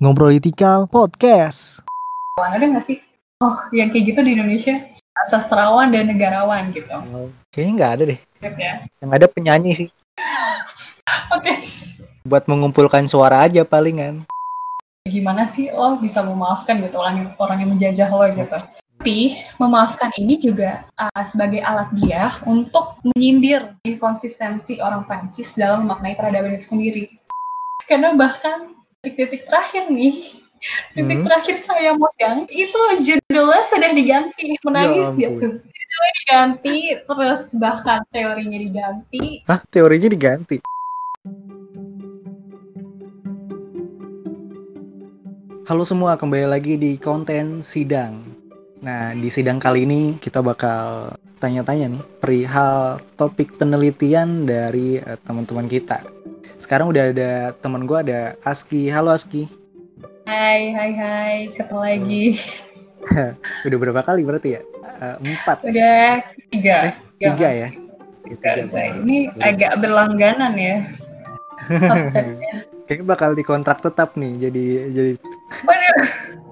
Ngobrolitikal Podcast. Ada nggak sih? Oh, yang kayak gitu di Indonesia, sastrawan dan negarawan gitu. Kayaknya nggak ada deh. Ya. Yang ada penyanyi sih. Oke. Buat mengumpulkan suara aja palingan. Gimana sih lo bisa memaafkan gitu orang yang menjajah lo gitu? Tapi memaafkan ini juga sebagai alat dia untuk menyindir inkonsistensi orang Prancis dalam memaknai peradaban itu sendiri. Karena bahkan detik-detik terakhir nih, detik terakhir saya mau ganti itu judulnya sudah diganti, menangis gitu. Judulnya diganti, terus bahkan teorinya diganti. Hah? Teorinya diganti? Halo semua, kembali lagi di konten sidang. Nah, di sidang kali ini kita bakal tanya-tanya nih perihal topik penelitian dari teman-teman kita. Sekarang udah ada teman gue, ada Aski. Halo Aski. Hai, ketemu lagi. Udah berapa kali berarti ya? 4? Udah 3. 3 ya? 3. Ini agak berlangganan ya. Kayaknya bakal dikontrak tetap nih, jadi. Waduh.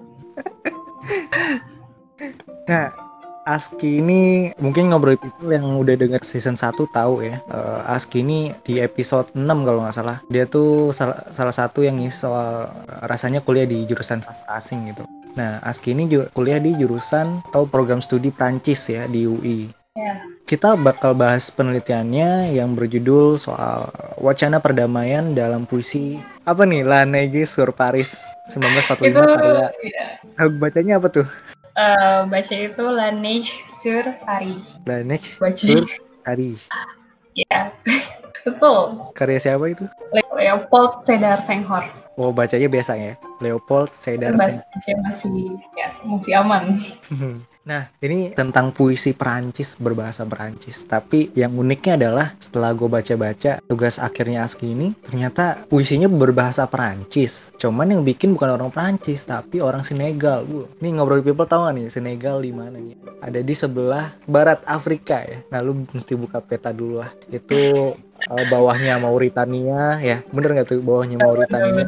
Nah, Aski ini mungkin ngobrol people yang udah denger season 1 tahu ya. Aski ini di episode 6 kalau nggak salah. Dia tuh salah satu yang ngisi soal rasanya kuliah di jurusan sastra asing gitu. Nah, Aski ini juga kuliah di jurusan atau program studi Prancis ya di UI. Ya. Kita bakal bahas penelitiannya yang berjudul soal wacana perdamaian dalam puisi apa nih? La Neige sur Paris 1945 Itu, karya. ya. Bacanya apa tuh? Baca itu La Neige sur Paris. La Neige sur Paris. Ya, betul. Karya siapa itu? Leopold Sédar Senghor. Oh, bacanya biasa ya. Leopold Sédar Senghor. Masih aman. Nah, ini tentang puisi Perancis berbahasa Perancis. Tapi yang uniknya adalah setelah gue baca-baca tugas akhirnya Aski ini, ternyata puisinya berbahasa Perancis. Cuman yang bikin bukan orang Perancis, tapi orang Senegal. Nih ngobrol people tahu gak nih Senegal di mana nih? Ada di sebelah barat Afrika ya. Nah, lu mesti buka peta dulu lah. Itu bawahnya Mauritania ya. Bener nggak tuh bawahnya Mauritania?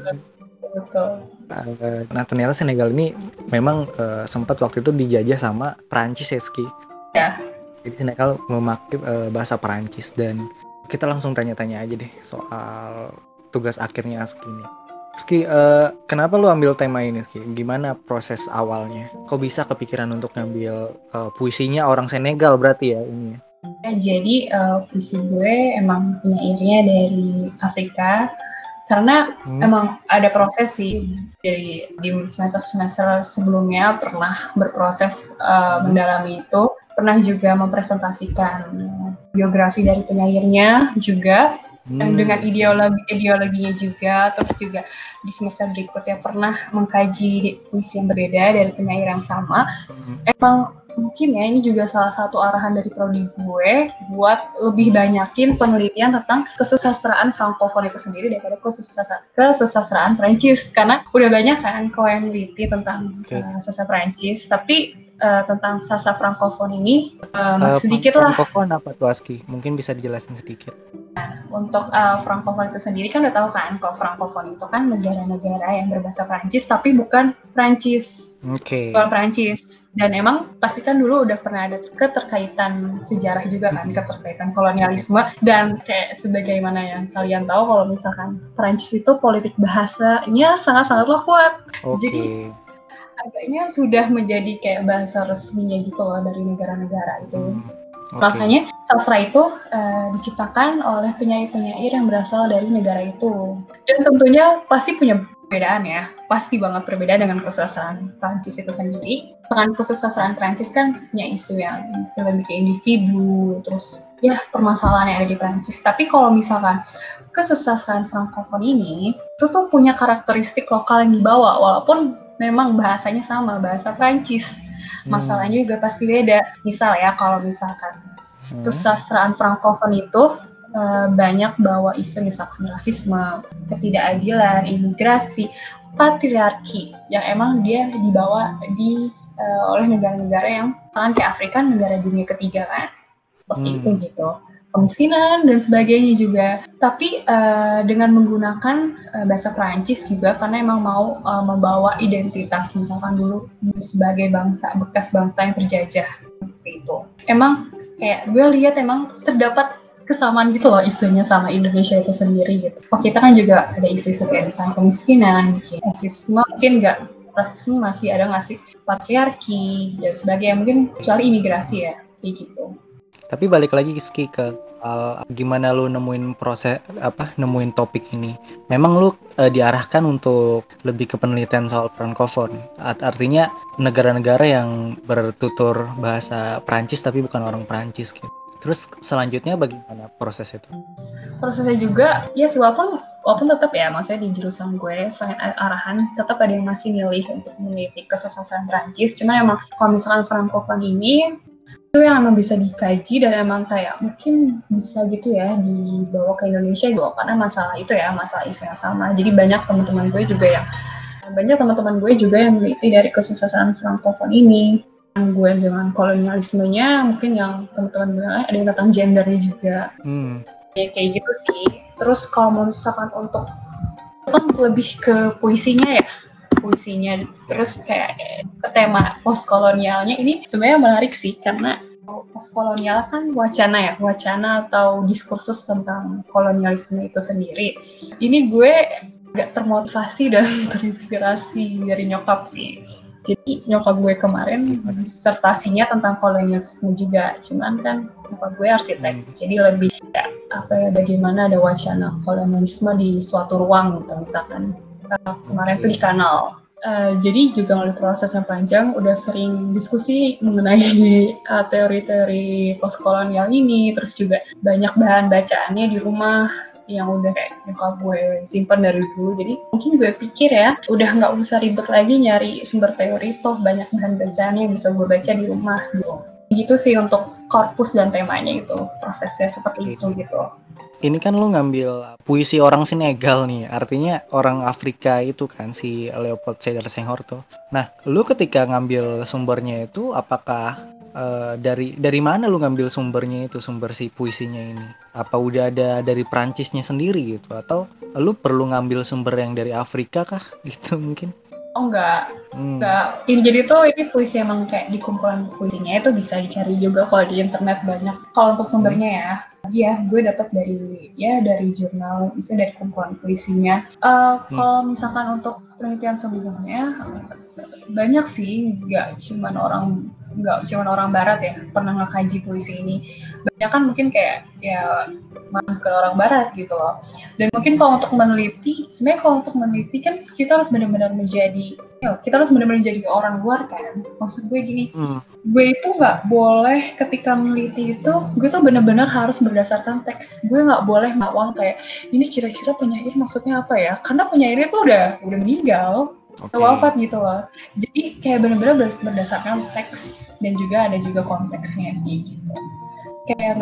Betul. Nah, ternyata Senegal ini memang sempat waktu itu dijajah sama Perancis ya, Ski. Ya. Jadi Senegal memakai bahasa Perancis. Dan kita langsung tanya-tanya aja deh soal tugas akhirnya Aski ini. Ski, kenapa lu ambil tema ini, Ski? Gimana proses awalnya? Kok bisa kepikiran untuk ngambil puisinya orang Senegal berarti ya ini? Ya, jadi puisi gue emang penyairnya dari Afrika. Karena emang ada proses sih dari di semester sebelumnya pernah berproses mendalami itu, pernah juga mempresentasikan biografi dari penyairnya juga dengan ideologinya juga, terus juga di semester berikutnya pernah mengkaji puisi yang berbeda dari penyair yang sama. Emang mungkin ya ini juga salah satu arahan dari prodi gue buat lebih banyakin penelitian tentang kesusastraan Frankofon itu sendiri daripada kesusastraan Prancis, karena udah banyak kan kalau yang neliti tentang sastra Prancis, tapi tentang sastra Frankofon ini sedikit lah. Frankofon apa tuh, Aski? Mungkin bisa dijelasin sedikit. Nah, untuk Frankofon itu sendiri kan udah tahu kan kalau Frankofon itu kan negara-negara yang berbahasa Prancis tapi bukan Prancis. Bukan Prancis. Dan emang pasti kan dulu udah pernah ada keterkaitan sejarah juga kan, keterkaitan kolonialisme, dan kayak sebagaimana yang kalian tahu kalau misalkan Prancis itu politik bahasanya sangat-sangatlah kuat. Jadi agaknya sudah menjadi kayak bahasa resminya gitu loh dari negara-negara itu. Makanya sastra itu diciptakan oleh penyair-penyair yang berasal dari negara itu. Dan tentunya pasti punya perbedaan ya, pasti banget perbedaan dengan kesusastraan Prancis itu sendiri. Dengan kesusastraan Prancis kan punya isu yang lebih ke individu, terus ya permasalahan yang ada di Prancis. Tapi kalau misalkan kesusastraan Frankofon ini, itu tuh punya karakteristik lokal yang dibawa, walaupun memang bahasanya sama, bahasa Prancis. Masalahnya juga pasti beda. Misal ya, kalau misalkan kesusastraan Frankofon itu banyak bawa isu misalkan rasisme, ketidakadilan, imigrasi, patriarki yang emang dia dibawa oleh negara-negara yang misalkan kayak Afrika, negara dunia ketiga kan, seperti itu gitu. kemiskinan dan sebagainya juga. Tapi dengan menggunakan bahasa Perancis juga karena emang mau membawa identitas misalkan dulu sebagai bangsa bekas bangsa yang terjajah seperti itu. Emang kayak gue lihat emang terdapat kesamaan gitu loh isunya sama Indonesia itu sendiri gitu. Oh kita kan juga ada isu-isu kayak misalnya kemiskinan, rasisme mungkin nggak, rasisme masih ada nggak sih, patriarki dan sebagainya, mungkin kecuali imigrasi ya kayak gitu. Tapi balik lagi Ski ke gimana lu nemuin nemuin topik ini. Memang lu diarahkan untuk lebih ke penelitian soal Frankofon. Artinya negara-negara yang bertutur bahasa Prancis tapi bukan orang Prancis gitu. Terus selanjutnya bagaimana proses itu? Prosesnya juga ya sih walaupun tetap ya maksudnya di jurusan gue selain arahan tetap ada yang masih milih untuk meneliti kesusahan Prancis. Cuma emang kalau misalkan Frankofon ini itu yang emang bisa dikaji dan emang kayak mungkin bisa gitu ya dibawa ke Indonesia gitu karena masalah itu ya masalah isu yang sama. Jadi banyak teman-teman gue juga yang meneliti dari kesusahan Frankofon ini. Gue dengan kolonialismenya, mungkin yang teman-teman gue ada yang tentang gendernya juga. Ya, kayak gitu sih. Terus kalau misalkan untuk kan lebih ke puisinya. Terus kayak ke tema postkolonialnya ini sebenarnya menarik sih karena postkolonial kan wacana atau diskursus tentang kolonialisme itu sendiri. Ini gue agak termotivasi dan terinspirasi dari nyokap sih. Jadi nyokap gue kemarin disertasinya tentang kolonialisme juga, cuman kan nyokap gue arsitek, jadi lebih kayak bagaimana ada wacana kolonialisme di suatu ruang gitu misalkan. Kemarin tuh di Kanal. Jadi juga melalui proses yang panjang, udah sering diskusi mengenai teori-teori postkolonial ini, terus juga banyak bahan bacaannya di rumah yang udah kayak nyokap gue simpan dari dulu. Jadi mungkin gue pikir ya, udah nggak usah ribet lagi nyari sumber teori, toh banyak bahan bacaannya yang bisa gue baca di rumah gitu. Gitu sih untuk korpus dan temanya itu, prosesnya seperti itu gitu. Ini kan lu ngambil puisi orang Senegal nih, artinya orang Afrika itu kan si Léopold Sédar Senghor tuh. Nah, lu ketika ngambil sumbernya itu apakah dari mana lu ngambil sumbernya itu, sumber si puisinya ini? Apa udah ada dari Prancisnya sendiri gitu, atau lu perlu ngambil sumber yang dari Afrika kah gitu mungkin? Oh enggak. Ini jadi tuh ini puisi emang kayak di kumpulan puisinya itu bisa dicari juga kalau di internet banyak. Kalau untuk sumbernya ya, iya gue dapat dari jurnal, misalnya dari kumpulan puisinya. Kalau misalkan untuk penelitian sebelumnya banyak sih, nggak cuman orang Barat ya pernah ngekaji puisi ini. Banyak kan mungkin kayak ya ke orang Barat gitu loh. Dan mungkin kalau untuk meneliti kan kita harus benar-benar menjadi orang luar kan. Maksud gue gini, gue itu nggak boleh ketika meneliti itu, gue tuh benar-benar harus berdasarkan teks. Gue nggak boleh ngawang kayak ini kira-kira penyair maksudnya apa ya? Karena penyairnya tuh udah meninggal. Wafat gitu loh. Jadi kayak benar-benar berdasarkan teks dan juga ada juga konteksnya gitu. Kayak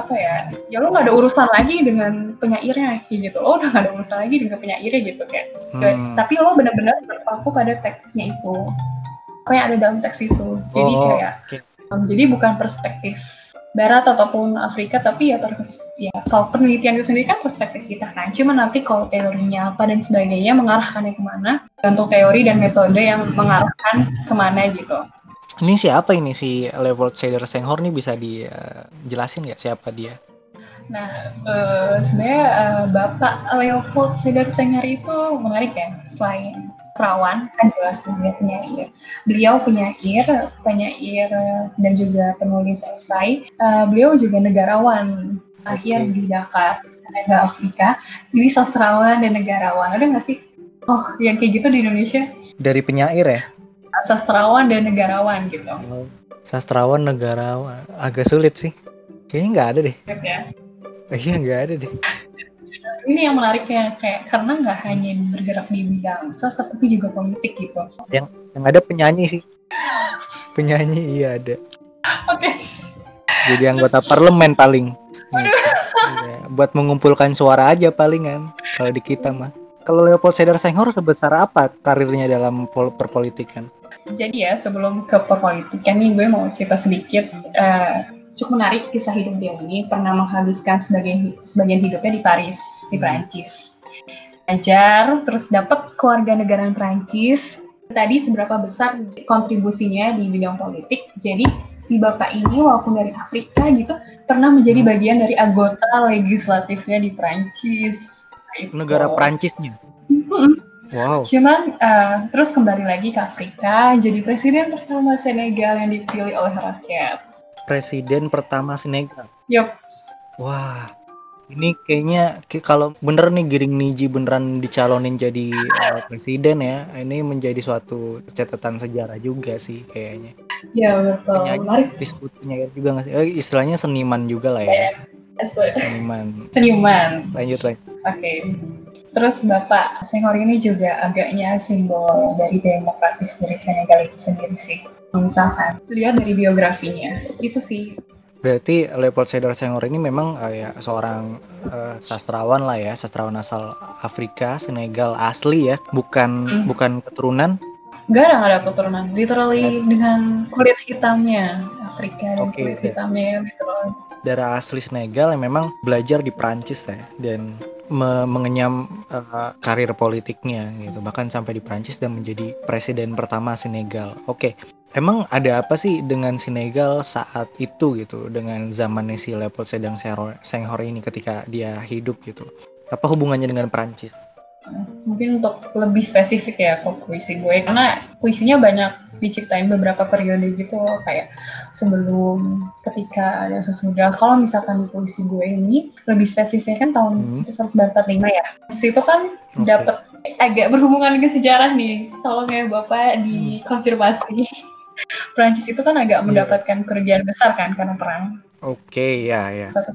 ya lo nggak ada urusan lagi dengan penyairnya gitu. Lo udah nggak ada urusan lagi dengan penyairnya gitu kayak. Tapi lo benar-benar berpaku pada teksnya itu. Apa yang ada dalam teks itu. Jadi jadi bukan perspektif Barat ataupun Afrika, tapi ya kalau penelitian itu sendiri kan perspektif kita kan. Cuma nanti kalau teorinya apa dan sebagainya mengarahkannya kemana, untuk teori dan metode yang mengarahkan kemana gitu. Ini siapa ini si Léopold Sédar Senghor nih, bisa dijelasin nggak siapa dia? Nah, sebenarnya Bapak Léopold Sédar Senghor itu menarik ya, selain sastrawan kan jelas dia penyair. Beliau penyair dan juga penulis esai. Beliau juga negarawan. Akhir di Dakar, Senegal, Afrika. Jadi sastrawan dan negarawan. Ada nggak sih? Oh, yang kayak gitu di Indonesia? Dari penyair ya? Sastrawan dan negarawan gitu. Sastrawan, negarawan, agak sulit sih. Kayaknya nggak ada deh. Ya? Iya nggak ada deh. Ini yang menariknya kayak karena nggak hanya bergerak di bidang sastra tapi juga politik gitu. Yang ada penyanyi sih. Penyanyi iya ada. Oke. Jadi anggota parlemen paling. Ya, buat mengumpulkan suara aja palingan kalau di kita mah. Kalau Léopold Sédar Senghor sebesar apa karirnya dalam perpolitikan? Jadi ya sebelum ke perpolitikan nih gue mau cerita sedikit. cukup menarik kisah hidup dia ini. Pernah menghabiskan sebagian hidupnya di Paris, di Prancis. Belajar, terus dapat kewarganegaraan Prancis. Tadi seberapa besar kontribusinya di bidang politik. Jadi si bapak ini walaupun dari Afrika gitu pernah menjadi bagian dari anggota legislatifnya di Prancis. Negara Prancisnya. Wow. Cuman terus kembali lagi ke Afrika, jadi presiden pertama Senegal yang dipilih oleh rakyat. Presiden pertama Senegal. Yup. Wah, ini kayaknya kalau bener nih Giring Nidji beneran dicalonin jadi presiden ya, ini menjadi suatu catatan sejarah juga sih kayaknya. Ya betul. Menarik. Disebut penyair juga nggak sih? Istilahnya seniman juga lah ya. Seniman. Lanjut. Oke. Terus Bapak Senghor ini juga agaknya simbol dari demokratis dari Senegal itu sendiri sih. Misalkan, lihat dari biografinya, itu sih. Berarti Léopold Sédar Senghor ini memang ya seorang sastrawan lah ya, sastrawan asal Afrika, Senegal asli ya, bukan keturunan. Gak ada keturunan, literally dengan kulit hitamnya Afrika dan kulit hitamnya literally. Darah asli Senegal yang memang belajar di Prancis ya, dan mengenyam karir politiknya gitu, bahkan sampai di Prancis dan menjadi presiden pertama Senegal. Oke. Emang ada apa sih dengan Senegal saat itu gitu, dengan zamannya si Léopold Sédar Senghor ini ketika dia hidup gitu? Apa hubungannya dengan Prancis? Mungkin untuk lebih spesifik ya ke puisi gue, karena puisinya banyak diciptain beberapa periode gitu loh, kayak sebelum, ketika, dan sesudah. Kalau misalkan di puisi gue ini lebih spesifik kan tahun 1945 ya. Situ kan dapat agak berhubungan dengan sejarah nih. Tolong ya Bapak dikonfirmasi. Prancis itu kan agak mendapatkan kerugian besar kan karena perang. Oke, ya.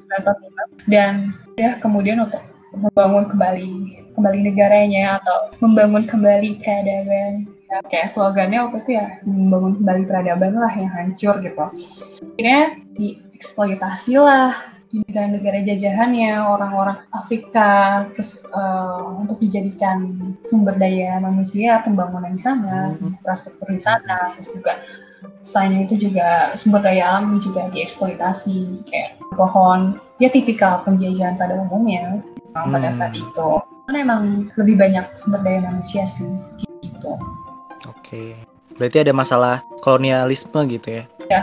1945. Dan ya kemudian untuk membangun kembali negaranya atau membangun kembali peradaban. Ya, kayak slogannya waktu itu ya, membangun kembali peradaban lah yang hancur gitu. Akhirnya dieksploitasi lah di negara-negara jajahannya orang-orang Afrika, terus untuk dijadikan sumber daya manusia, pembangunan di sana, infrastruktur di sana, terus juga selain itu juga sumber daya alam juga dieksploitasi, kayak pohon, ya tipikal penjajahan pada umumnya pada saat itu. Karena emang lebih banyak sumber daya manusia sih, gitu. Oke, berarti ada masalah kolonialisme gitu ya? Ya,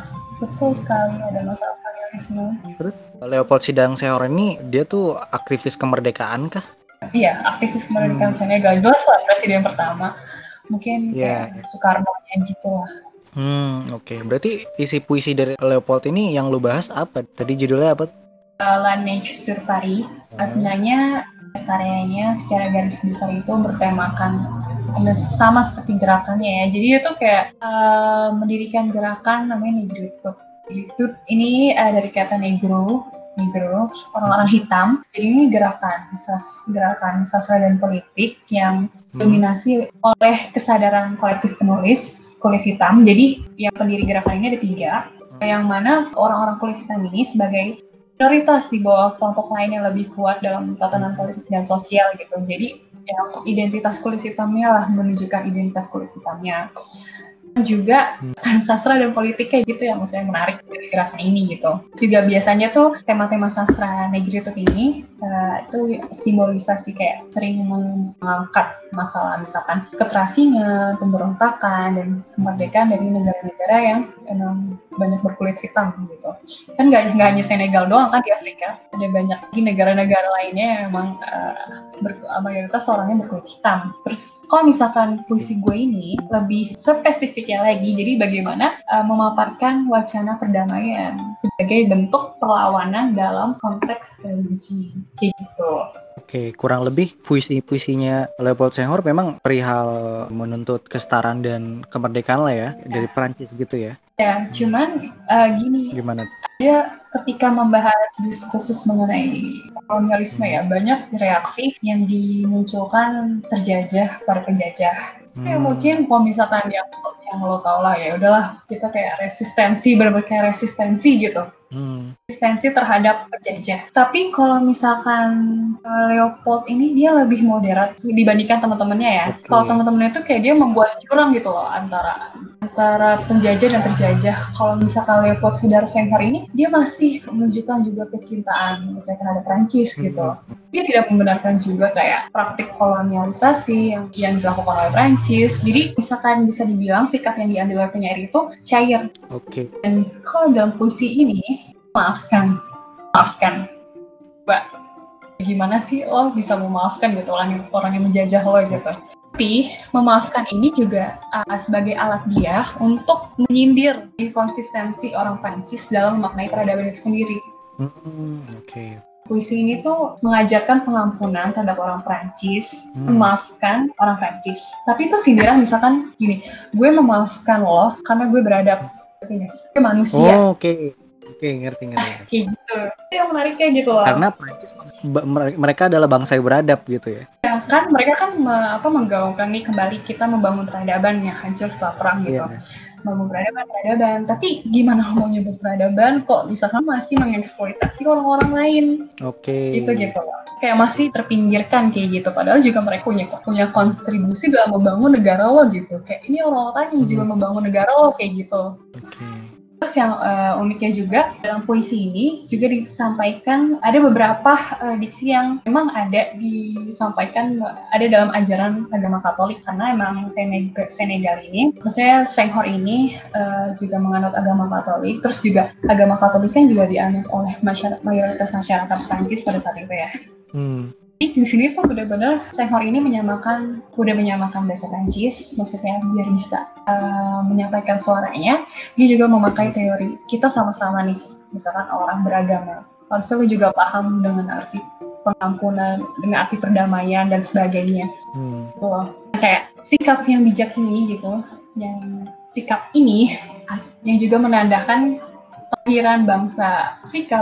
betul sekali ada masalah kolonialisme. Terus Léopold Sédar Senghor ini dia tuh aktivis kemerdekaan kah? Iya, aktivis kemerdekaan Senegal, jelas lah presiden pertama. Mungkin kayak Soekarno-nya gitu lah. Oke. Berarti isi puisi dari Léopold ini yang lu bahas apa? Tadi judulnya apa? La Neige sur Paris. Sebenarnya karyanya secara garis besar itu bertemakan sama seperti gerakannya ya. Jadi itu kayak mendirikan gerakan namanya Negritude. Negritude ini dari kata negro, orang-orang hitam. Jadi ini gerakan sastra dan politik yang dominasi oleh kesadaran kolektif penulis kulit hitam. Jadi yang pendiri gerakan ini ada 3, yang mana orang-orang kulit hitam ini sebagai prioritas di bawah kelompok lain yang lebih kuat dalam tatanan politik dan sosial gitu. Jadi ya untuk identitas kulit hitamnya lah, menunjukkan identitas kulit hitamnya. Juga sastra dan politiknya gitu yang maksudnya menarik dari gerakan ini gitu. Juga biasanya tuh tema-tema sastra Negritude ini itu simbolisasi kayak sering mengangkat masalah misalkan keterasingan, pemberontakan, dan kemerdekaan dari negara-negara yang emang banyak berkulit hitam gitu. Kan nggak hanya Senegal doang kan di Afrika, ada banyak lagi negara-negara lainnya yang emang mayoritas orangnya berkulit hitam. Terus kalau misalkan puisi gue ini lebih spesifiknya lagi, jadi bagaimana memaparkan wacana perdamaian sebagai bentuk perlawanan dalam konteks religi kayak gitu. Oke, kurang lebih puisi-puisinya Léopold Senghor memang perihal menuntut kesetaraan dan kemerdekaan lah ya, dari Perancis gitu ya. Ya, cuman gini. Gimana? Dia ketika membahas diskursus mengenai kolonialisme ya, banyak reaksi yang dimunculkan terjajah para penjajah. Ya mungkin kalau misalkan yang lo tau lah ya udahlah, kita kayak berbagai resistensi gitu. Resistensi terhadap penjajah. Tapi kalau misalkan Léopold ini dia lebih moderat dibandingkan teman-temannya ya. Kalau teman-temannya itu kayak dia membuat jurang gitu loh antara antara penjajah dan terjajah. Kalau misalkan Leopold Sédar Senghor ini, dia masih menunjukkan juga kecintaan terhadap Prancis gitu. Dia tidak membenarkan juga kayak praktik kolonialisasi yang dilakukan oleh Prancis. Jadi misalkan bisa dibilang sikap yang diambil oleh penyair itu cair. Oke. Dan kalau dalam puisi ini, maafkan, Mbak. Gimana sih lo bisa memaafkan gitu orang yang menjajah lo gitu. Tapi memaafkan ini juga sebagai alat dia untuk menyindir inkonsistensi orang Prancis dalam memaknai peradaban itu sendiri. Oke. Puisi ini tuh mengajarkan pengampunan terhadap orang Prancis, memaafkan orang Prancis. Tapi itu sindiran misalkan gini, gue memaafkan lo karena gue beradab, gue manusia. Oke, ngerti. Kayak gitu. Itu yang menariknya gitu loh. Karena Prancis mereka adalah bangsa yang beradab gitu ya. Ya kan mereka kan menggaungkan nih kembali kita membangun peradaban yang hancur setelah perang gitu. Membangun peradaban. Tapi gimana mau nyebut peradaban kok misalkan masih mengeksploitasi orang-orang lain. Oke. Gitu loh. Kayak masih terpinggirkan kayak gitu. Padahal juga mereka punya kontribusi dalam membangun negara lo gitu. Kayak ini orang-orang yang juga membangun negara lo kayak gitu. Oke. Terus yang uniknya juga dalam puisi ini juga disampaikan ada beberapa diksi yang memang disampaikan ada dalam ajaran agama Katolik karena emang Senegal ini, maksudnya Senghor ini juga menganut agama Katolik. Terus juga agama Katolik kan juga dianut oleh mayoritas masyarakat Prancis pada saat itu ya. Di sini tuh benar-benar Senghor ini udah menyamakan bahasa Prancis, maksudnya biar bisa menyampaikan suaranya. Dia juga memakai teori kita sama-sama nih, misalkan orang beragama. Harusnya lu juga paham dengan arti pengampunan, dengan arti perdamaian dan sebagainya. Tuh, kayak sikap yang bijak ini gitu, yang sikap ini yang juga menandakan kelahiran bangsa Afrika,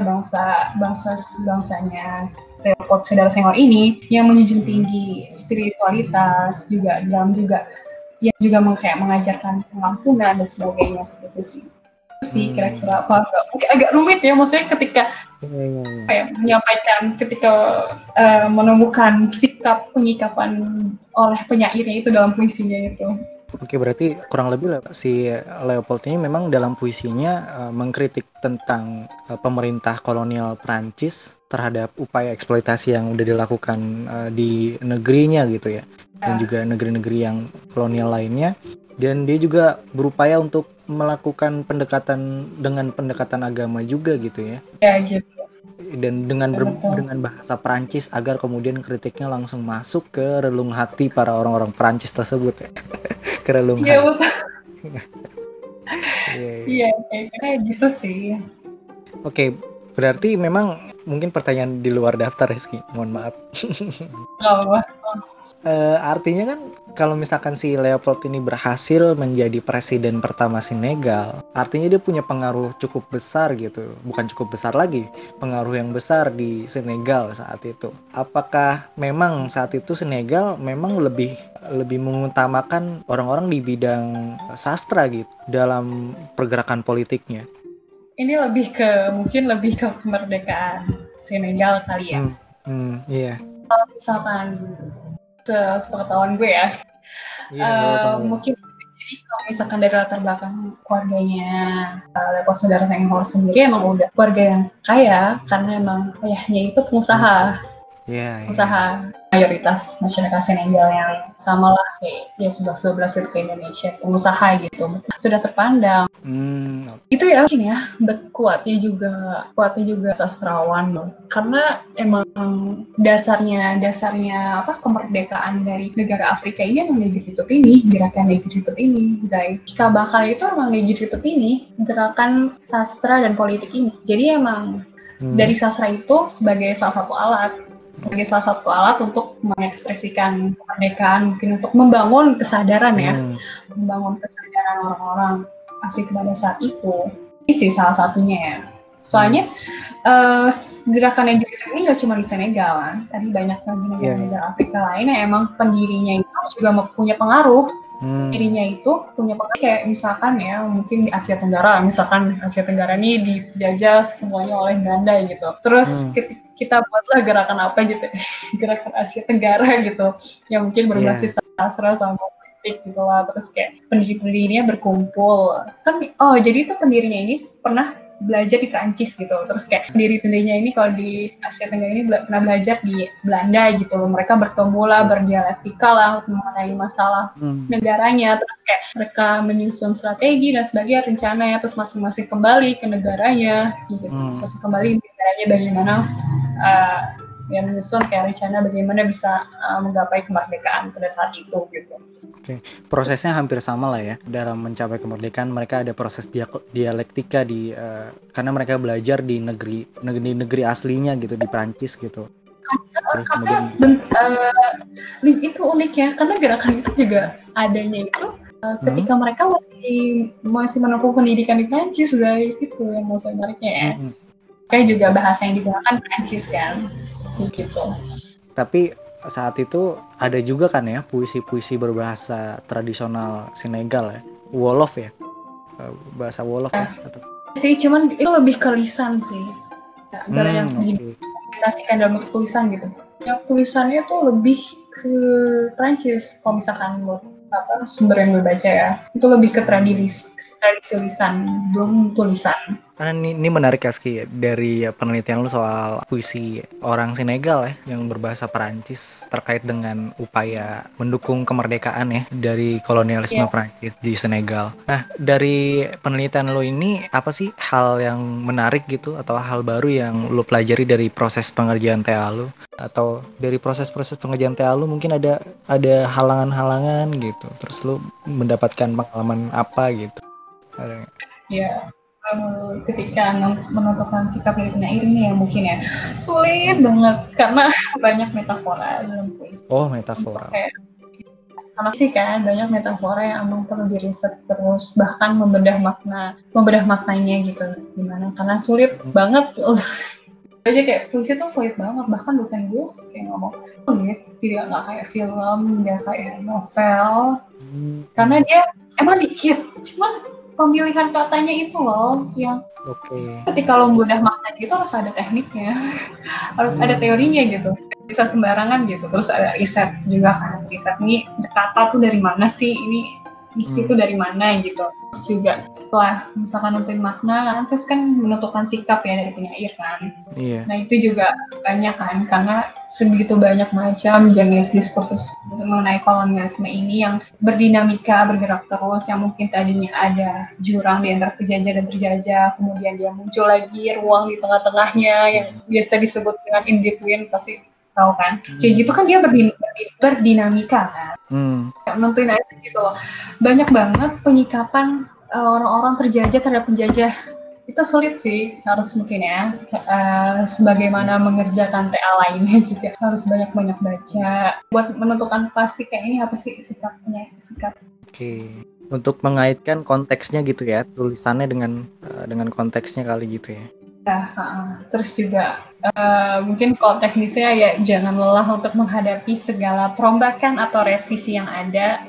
bangsanya Leopold Sédar Senghor ini yang menjunjung tinggi spiritualitas juga yang juga kayak mengajarkan pengampunan dan sebagainya seperti itu sih. Itu sih kira-kira apa mungkin agak rumit ya maksudnya ketika kayak menyampaikan ketika menemukan sikap penyikapan oleh penyairnya itu dalam puisinya itu. Oke, berarti kurang lebih si Leopold ini memang dalam puisinya mengkritik tentang pemerintah kolonial Prancis terhadap upaya eksploitasi yang udah dilakukan di negerinya gitu ya. Dan juga negeri-negeri yang kolonial lainnya. Dan dia juga berupaya untuk melakukan pendekatan agama juga gitu ya. Ya gitu. Dan dengan bahasa Prancis agar kemudian kritiknya langsung masuk ke relung hati para orang-orang Prancis tersebut ya. Ke relung hati. Iya, kayak gitu sih. Oke, berarti memang mungkin pertanyaan di luar daftar Rizky, mohon maaf. Artinya kan kalau misalkan si Leopold ini berhasil menjadi presiden pertama Senegal, artinya dia punya pengaruh cukup besar gitu. Bukan cukup besar lagi, pengaruh yang besar di Senegal saat itu. Apakah memang saat itu Senegal memang lebih mengutamakan orang-orang di bidang sastra gitu dalam pergerakan politiknya? Ini mungkin lebih ke kemerdekaan Senegal kali ya. Iya. Kalau misalkan sepengetahuan gue ya, mungkin jadi kalau misalkan dari latar belakang keluarganya Leopold Sédar Senghor sendiri emang udah keluarga yang kaya karena emang ayahnya itu pengusaha. Usaha mayoritas masyarakat Senegal yang sama lah kayak 11-12 gitu ke Indonesia, pengusaha gitu sudah terpandang. Itu ya mungkin ya, kuatnya juga sastrawan loh, karena emang dasarnya kemerdekaan dari negara Afrika ini emang gerakan Negritude ini, Zai. Cikal bakal itu emang Negritude ini, gerakan sastra dan politik ini. Jadi emang dari sastra itu sebagai salah satu alat untuk mengekspresikan kemerdekaan, mungkin untuk membangun kesadaran membangun kesadaran orang-orang Afrika pada saat itu. Ini sih salah satunya ya. Soalnya gerakan Negritude ini nggak cuma di Senegal kan, tadi banyak lagi negara-negara Afrika lain yang emang pendirinya itu juga punya pengaruh. Dirinya itu punya pengaruh kayak misalkan ya mungkin di Asia Tenggara, ini dijajah semuanya oleh Belanda gitu. Terus kita buatlah gerakan apa gitu, gerakan Asia Tenggara gitu, yang mungkin berbasis sastra sama kritik gitu lah, terus kayak pendiri-pendirinya berkumpul kan. Jadi itu pendirinya ini pernah belajar di Prancis gitu, terus kayak pendiri-pendirinya ini kalau di Asia Tenggara ini pernah belajar di Belanda gitu, mereka bertemu lah, berdialektika lah mengenai masalah negaranya, terus kayak mereka menyusun strategi dan sebagainya, rencananya, terus masing-masing kembali ke negaranya gitu, masing-masing kembali ke negaranya bagaimana yang menyusun kayak rencana bagaimana bisa menggapai kemerdekaan pada saat itu gitu. Oke, prosesnya hampir sama lah ya dalam mencapai kemerdekaan. Mereka ada proses dialektika karena mereka belajar di negeri aslinya gitu, di Prancis gitu. Terus kemudian itu unik ya, karena gerakan itu juga adanya itu ketika mereka masih menempuh pendidikan di Prancis, guys. Itu yang maksud menariknya ya. Kayak juga bahasa yang digunakan Prancis kan. Gitu. Tapi saat itu ada juga kan ya puisi-puisi berbahasa tradisional Senegal ya, Wolof ya, bahasa Wolof ya atau sih, cuman itu lebih ke lisan sih, yang diintegrasikan dalam bentuk tulisan gitu. Yang tulisannya tuh lebih ke Prancis kalau misalkan sumber yang gue baca ya, itu lebih ke tradisi lisan, belum tulisan. Ini menarik Aski, dari penelitian lu soal puisi orang Senegal ya yang berbahasa Perancis terkait dengan upaya mendukung kemerdekaan ya dari kolonialisme Perancis di Senegal. Nah, dari penelitian lu ini apa sih hal yang menarik gitu atau hal baru yang lu pelajari dari proses pengerjaan TA lu? Atau dari proses-proses pengerjaan TA lu mungkin ada halangan-halangan gitu, terus lu mendapatkan pengalaman apa gitu? Ya, ketika menentukan sikap dari penyair ini ya mungkin ya sulit banget karena banyak metafora dalam puisi. Metafora. Karena sih kan banyak metafora yang emang perlu diriset terus, bahkan membedah maknanya gitu gimana, karena sulit banget. Aja kayak puisi tuh sulit banget, bahkan dosen gue kayak ngomong sulit, tidak nggak kayak film, nggak kayak novel, karena dia emang dikit, cuman pemilihan katanya itu loh yang ketika lo membedah maknanya itu harus ada tekniknya, harus ada teorinya gitu, bisa sembarangan gitu. Terus ada riset juga kan, riset nih kata tuh dari mana sih, ini isi itu dari mana gitu. Terus juga setelah misalkan nentuin makna, terus kan menentukan sikap ya dari penyair kan. Nah itu juga banyak kan, karena sebegitu banyak macam jenis diskursus mengenai kolonialisme ini yang berdinamika, bergerak terus, yang mungkin tadinya ada jurang di antara penjajah dan terjajah, kemudian dia muncul lagi ruang di tengah-tengahnya yang biasa disebut dengan in between, pasti tahu kan. Kayak gitu kan dia berdinamika kan. Nentuin aja gitu loh. Banyak banget penyikapan orang-orang terjajah terhadap penjajah. Itu sulit sih, harus mungkin ya sebagaimana mengerjakan TA lainnya juga harus banyak-banyak baca buat menentukan pasti kayak ini apa sih sikapnya. Untuk mengaitkan konteksnya gitu ya, tulisannya dengan konteksnya kali gitu ya. Terus juga mungkin kalau teknisnya ya jangan lelah untuk menghadapi segala perombakan atau revisi yang ada,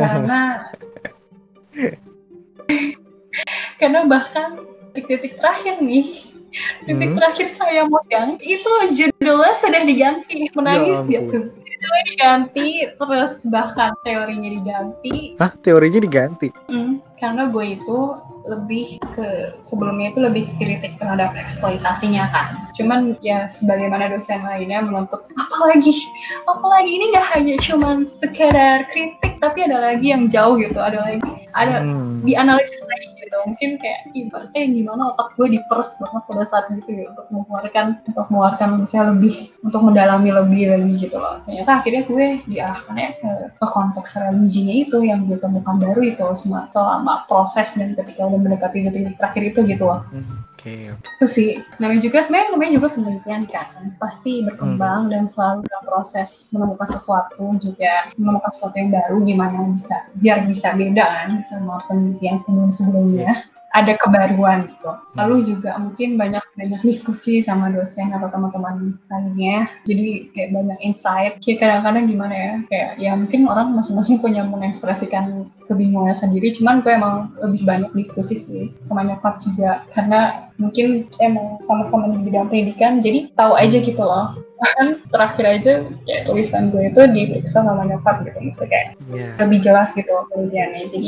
karena bahkan titik terakhir saya mau ganti itu judulnya sudah diganti, menangis gitu. Judulnya diganti, terus bahkan teorinya diganti. Teorinya diganti? Karena gue itu sebelumnya itu lebih kritik terhadap eksploitasinya kan. Cuman ya sebagaimana dosen lainnya menuntut apalagi ini nggak hanya cuman sekedar kritik, tapi ada lagi yang jauh gitu, ada dianalisis lagi gitu. Mungkin kayak ibaratnya gimana otak gue diperes banget pada saat itu ya, untuk mengeluarkan misalnya lebih, untuk mendalami lebih gitu loh. Ternyata akhirnya gue diarahkannya ke konteks religinya itu yang gue temukan baru itu selama proses dan ketika udah mendekati detik terakhir itu gitu loh. Itu sih namanya juga penelitian kan, pasti berkembang dan selalu dalam proses menemukan sesuatu yang baru, gimana biar bisa beda kan sama penelitian sebelumnya, ada kebaruan gitu. Lalu juga mungkin banyak banyak diskusi sama dosen atau teman-teman lainnya. Jadi kayak banyak insight. Kayak kadang-kadang gimana ya, kayak ya mungkin orang masing-masing punya mengekspresikan kebingungannya sendiri, cuman gue emang lebih banyak diskusi sih sama nyokap juga, karena mungkin emang sama-sama di bidang pendidikan, jadi tahu aja gitu loh. Bahkan terakhir aja kayak tulisan gue itu diperiksa sama nyokap gitu, maksudnya kayak lebih jelas gitu penelitiannya. Jadi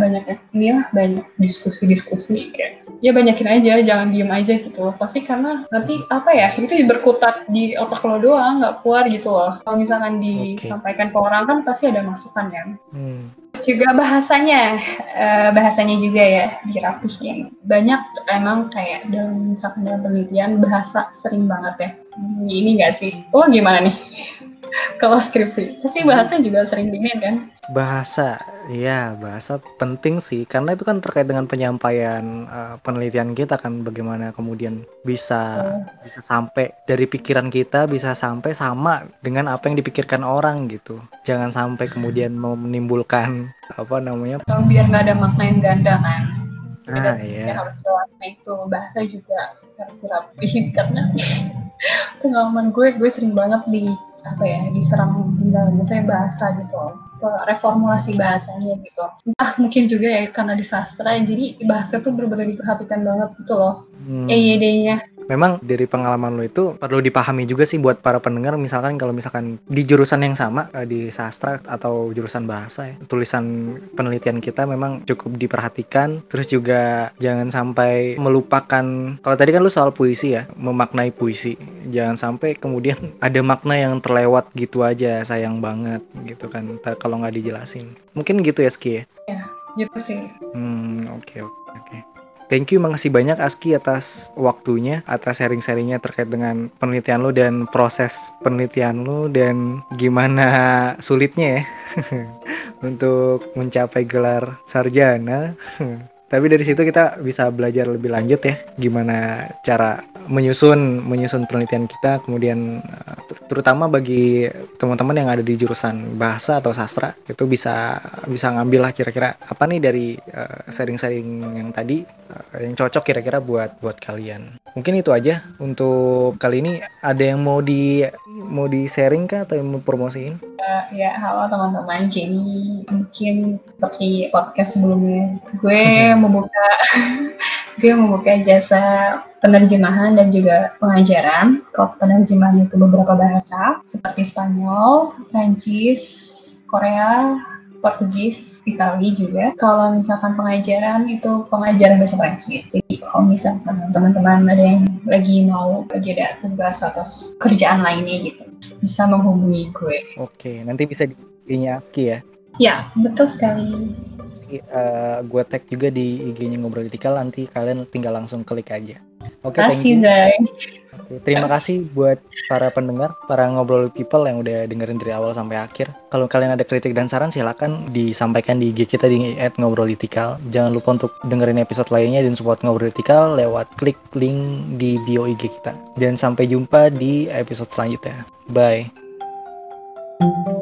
banyak diskusi kayak ya banyakin aja, jangan diem aja gitu loh. Pasti karena nanti apa ya, itu berkutat di otak lo doang, nggak keluar gitu loh. Kalau misalkan disampaikan ke orang kan pasti ada masukan ya. Terus juga bahasanya juga ya dirapihin. Banyak emang kayak dalam penelitian bahasa sering banget ya. Ini nggak sih? Oh gimana nih? Kalau skripsi, pasti bahasa juga sering dingin kan? Bahasa penting sih, karena itu kan terkait dengan penyampaian penelitian kita kan, bagaimana kemudian bisa sampai dari pikiran kita bisa sampai sama dengan apa yang dipikirkan orang gitu. Jangan sampai kemudian menimbulkan apa namanya? Atau biar nggak ada makna yang ganda kan? Iya. Harus jelas. Nah itu bahasa juga harus dirapihin karena pengalaman gue sering banget diserang dalam misalnya bahasa gitu, reformulasi bahasanya gitu. Entah mungkin juga ya karena di sastra, jadi bahasa tuh benar-benar diperhatikan banget gitu loh. EYD-nya. Memang dari pengalaman lo itu perlu dipahami juga sih buat para pendengar, misalkan kalau misalkan di jurusan yang sama, di sastra atau jurusan bahasa ya, tulisan penelitian kita memang cukup diperhatikan. Terus juga jangan sampai melupakan, kalau tadi kan lo soal puisi ya, memaknai puisi, jangan sampai kemudian ada makna yang terlewat gitu aja, sayang banget gitu kan kalau nggak dijelasin. Mungkin gitu ya Ski ya? Ya gitu sih. Oke. Thank you, makasih banyak Aski atas waktunya, atas sharing-sharingnya terkait dengan penelitian lo dan proses penelitian lo dan gimana sulitnya ya untuk mencapai gelar sarjana. Tapi dari situ kita bisa belajar lebih lanjut ya, gimana cara menyusun penelitian kita, kemudian terutama bagi teman-teman yang ada di jurusan bahasa atau sastra, itu bisa ngambil lah kira-kira apa nih dari sharing-sharing yang tadi yang cocok kira-kira buat kalian. Mungkin itu aja untuk kali ini. Ada yang mau di sharing kah atau mau promosiin? Ya, halo teman-teman. Jadi mungkin seperti podcast sebelumnya, gue membuka jasa penerjemahan dan juga pengajaran. Kalau penerjemahan itu beberapa bahasa seperti Spanyol, Prancis, Korea, Portugis, Itali juga. Kalau misalkan pengajaran itu pengajaran bahasa Prancis. Jadi kalau misalkan teman-teman ada yang lagi ada tugas atau kerjaan lainnya gitu, bisa menghubungi gue. Oke, nanti bisa di IG-nya Aski ya? Ya, betul sekali. Gue tag juga di IG-nya Ngobrolitikal, nanti kalian tinggal langsung klik aja. Oke, thank you. Terima kasih buat para pendengar, para Ngobrol People yang udah dengerin dari awal sampai akhir. Kalau kalian ada kritik dan saran, silakan disampaikan di IG kita di @ngobrolitikal. Jangan lupa untuk dengerin episode lainnya dan support Ngobrolitikal lewat klik link di bio IG kita. Dan sampai jumpa di episode selanjutnya. Bye.